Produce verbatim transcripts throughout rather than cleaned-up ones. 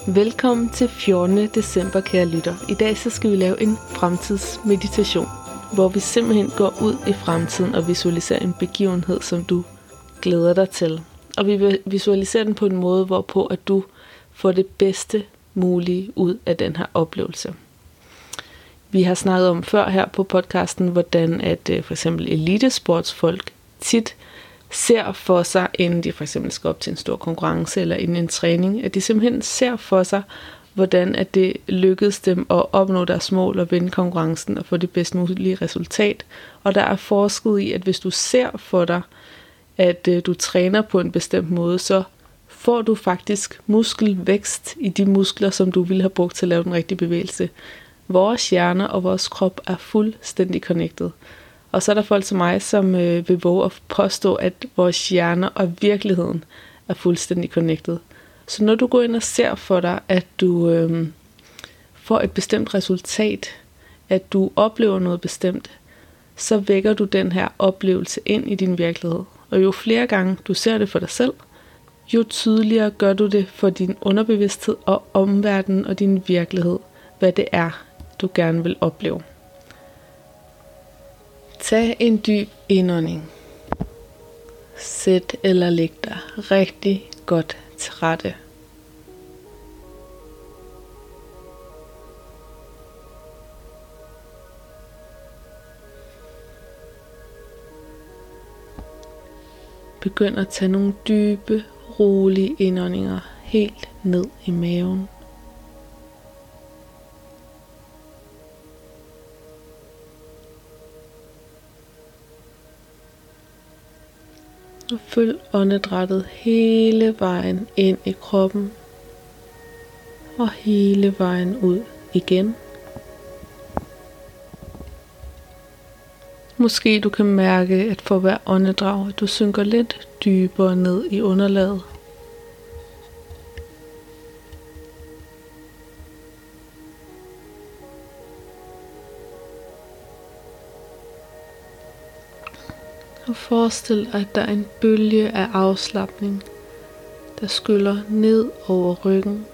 Velkommen til fjortende december, kære lytter. I dag så skal vi lave en fremtidsmeditation, hvor vi simpelthen går ud i fremtiden og visualiserer en begivenhed, som du glæder dig til. Og vi visualiserer den på en måde, hvorpå at du får det bedste mulige ud af den her oplevelse. Vi har snakket om før her på podcasten, hvordan at for eksempel elitesportsfolk tit ser for sig, inden de for eksempel skal op til en stor konkurrence eller inden en træning, at de simpelthen ser for sig, hvordan at det lykkedes dem at opnå deres mål og vinde konkurrencen og få det bedst mulige resultat. Og der er forsket i, at hvis du ser for dig, at øh, du træner på en bestemt måde, så får du faktisk muskelvækst i de muskler, som du ville have brugt til at lave den rigtige bevægelse. Vores hjerne og vores krop er fuldstændig connected. Og så er der folk som mig, som øh, vil våge at påstå, at vores hjerner og virkeligheden er fuldstændig connected. Så når du går ind og ser for dig, at du øh, får et bestemt resultat, at du oplever noget bestemt, så vækker du den her oplevelse ind i din virkelighed. Og jo flere gange du ser det for dig selv, jo tydeligere gør du det for din underbevidsthed og omverdenen og din virkelighed, hvad det er, du gerne vil opleve. Tag en dyb indånding. Sæt eller læg dig rigtig godt til rette. Begynd at tage nogle dybe, rolige indåndinger helt ned i maven. Og følg åndedrættet hele vejen ind i kroppen og hele vejen ud igen. Måske du kan mærke, at for hver åndedrag, at du synker lidt dybere ned i underlaget. Og forestil dig, at der er en bølge af afslapning, der skyller ned over ryggen.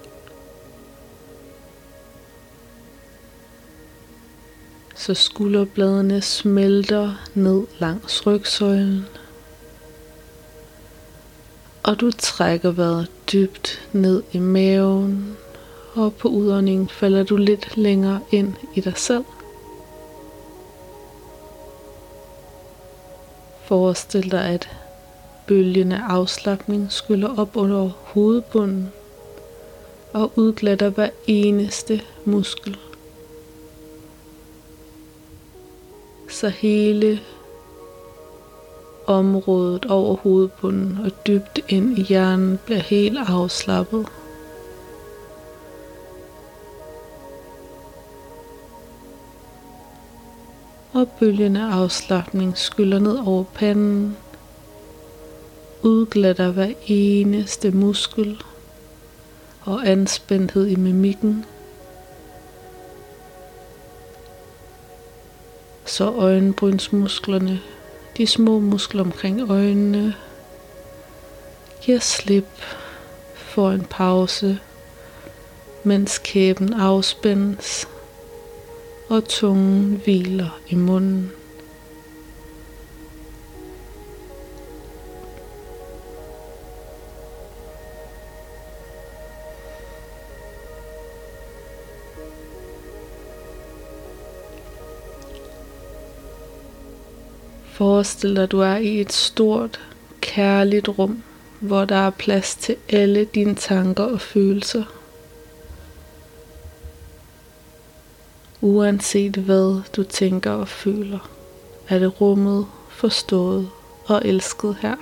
Så skulderbladene smelter ned langs rygsøjlen. Og du trækker vejret dybt ned i maven, og på udåndingen falder du lidt længere ind i dig selv. Forestil dig, at bølgen af afslapning skyller op under hovedbunden og udglatter hver eneste muskel. Så hele området over hovedbunden og dybt ind i hjernen bliver helt afslappet. Og bølgen af afslapning skyller ned over panden, udglatter hver eneste muskel og anspændthed i mimikken, så øjenbrynsmusklerne, de små muskler omkring øjnene, giver slip for en pause, mens kæben afspændes og tungen hviler i munden. Forestil dig, at du er i et stort, kærligt rum, hvor der er plads til alle dine tanker og følelser. Uanset hvad du tænker og føler, er det rummet forstået og elsket her.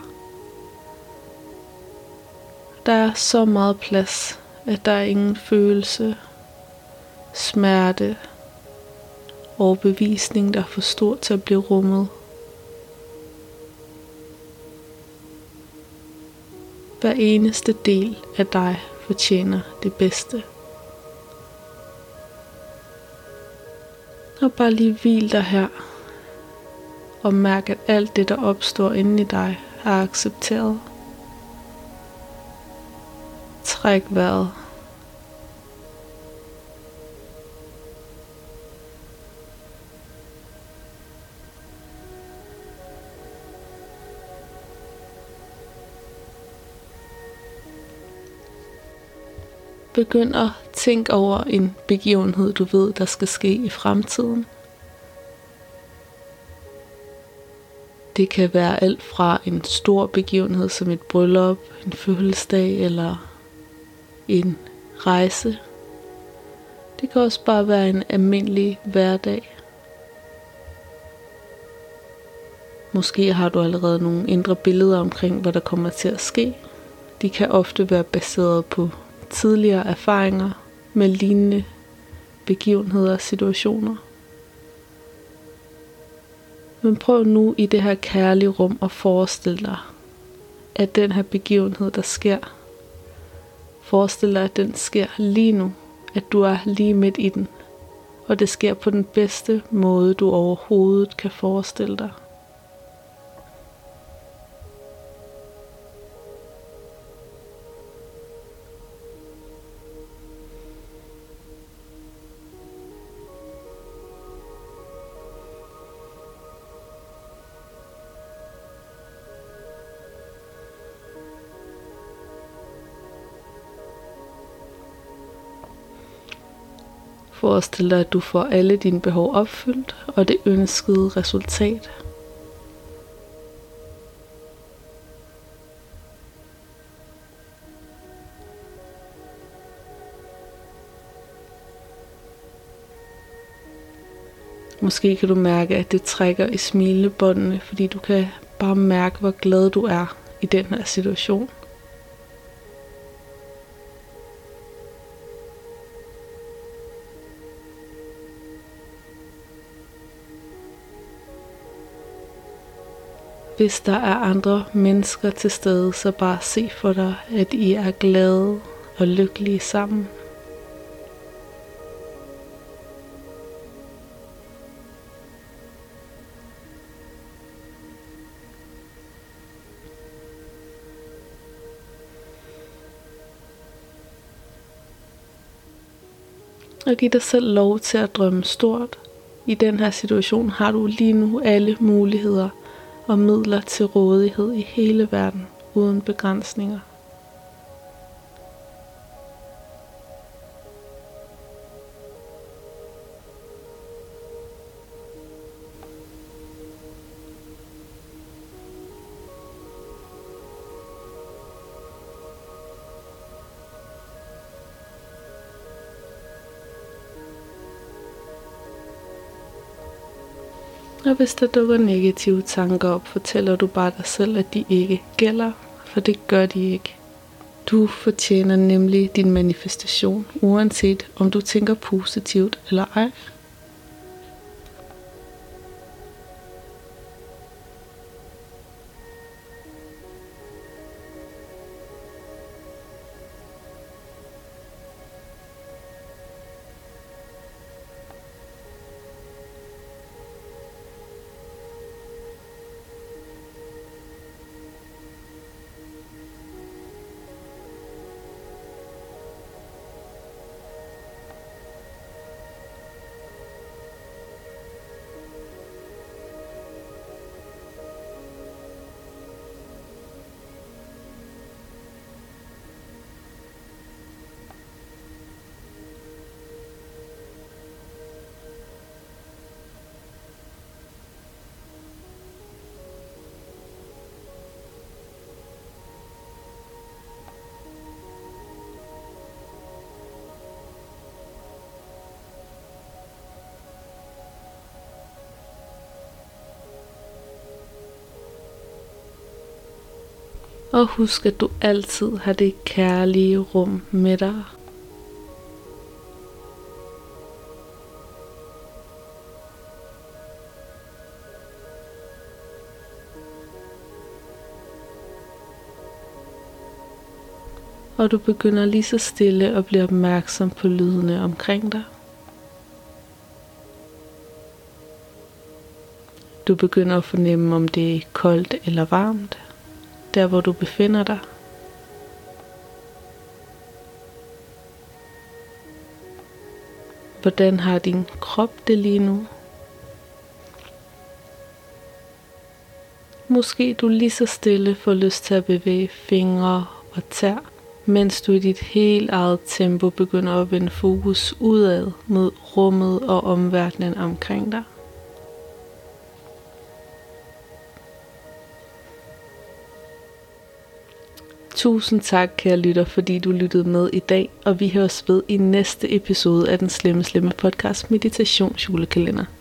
Der er så meget plads, at der er ingen følelse, smerte, overbevisning, der er for stor til at blive rummet. Hver eneste del af dig fortjener det bedste. Og bare lige hvil dig her, og mærk, at alt det, der opstår inde i dig, er accepteret. Træk vejret begynd at tænke over en begivenhed, du ved, der skal ske i fremtiden. Det kan være alt fra en stor begivenhed som et bryllup, en fødselsdag eller en rejse. Det kan også bare være en almindelig hverdag. Måske har du allerede nogle indre billeder omkring, hvad der kommer til at ske. De kan ofte være baseret på tidligere erfaringer med lignende begivenheder og situationer. Men prøv nu i det her kærlige rum at forestille dig, at den her begivenhed, der sker, forestil dig, at den sker lige nu, at du er lige midt i den, og det sker på den bedste måde, du overhovedet kan forestille dig. Forestil dig, at du får alle dine behov opfyldt, og det ønskede resultat. Måske kan du mærke, at det trækker i smilebåndene, fordi du kan bare mærke, hvor glad du er i den her situation. Hvis der er andre mennesker til stede, så bare se for dig, at I er glade og lykkelige sammen. Og giv dig selv lov til at drømme stort. I den her situation har du lige nu alle muligheder og midler til rådighed i hele verden uden begrænsninger. Og hvis der dukker negative tanker op, fortæller du bare dig selv, at de ikke gælder, for det gør de ikke. Du fortjener nemlig din manifestation, uanset om du tænker positivt eller ej. Og husk, at du altid har det kærlige rum med dig. Og du begynder lige så stille at blive opmærksom på lydene omkring dig. Du begynder at fornemme, om det er koldt eller varmt, der hvor du befinder dig. Hvordan har din krop det lige nu? Måske du lige så stille får lyst til at bevæge fingre og tær, mens du i dit helt eget tempo begynder at vende fokus udad mod rummet og omverdenen omkring dig. Tusind tak, kære lytter, fordi du lyttede med i dag, og vi høres ved i næste episode af den slemme slemme podcast Meditationsjulekalender.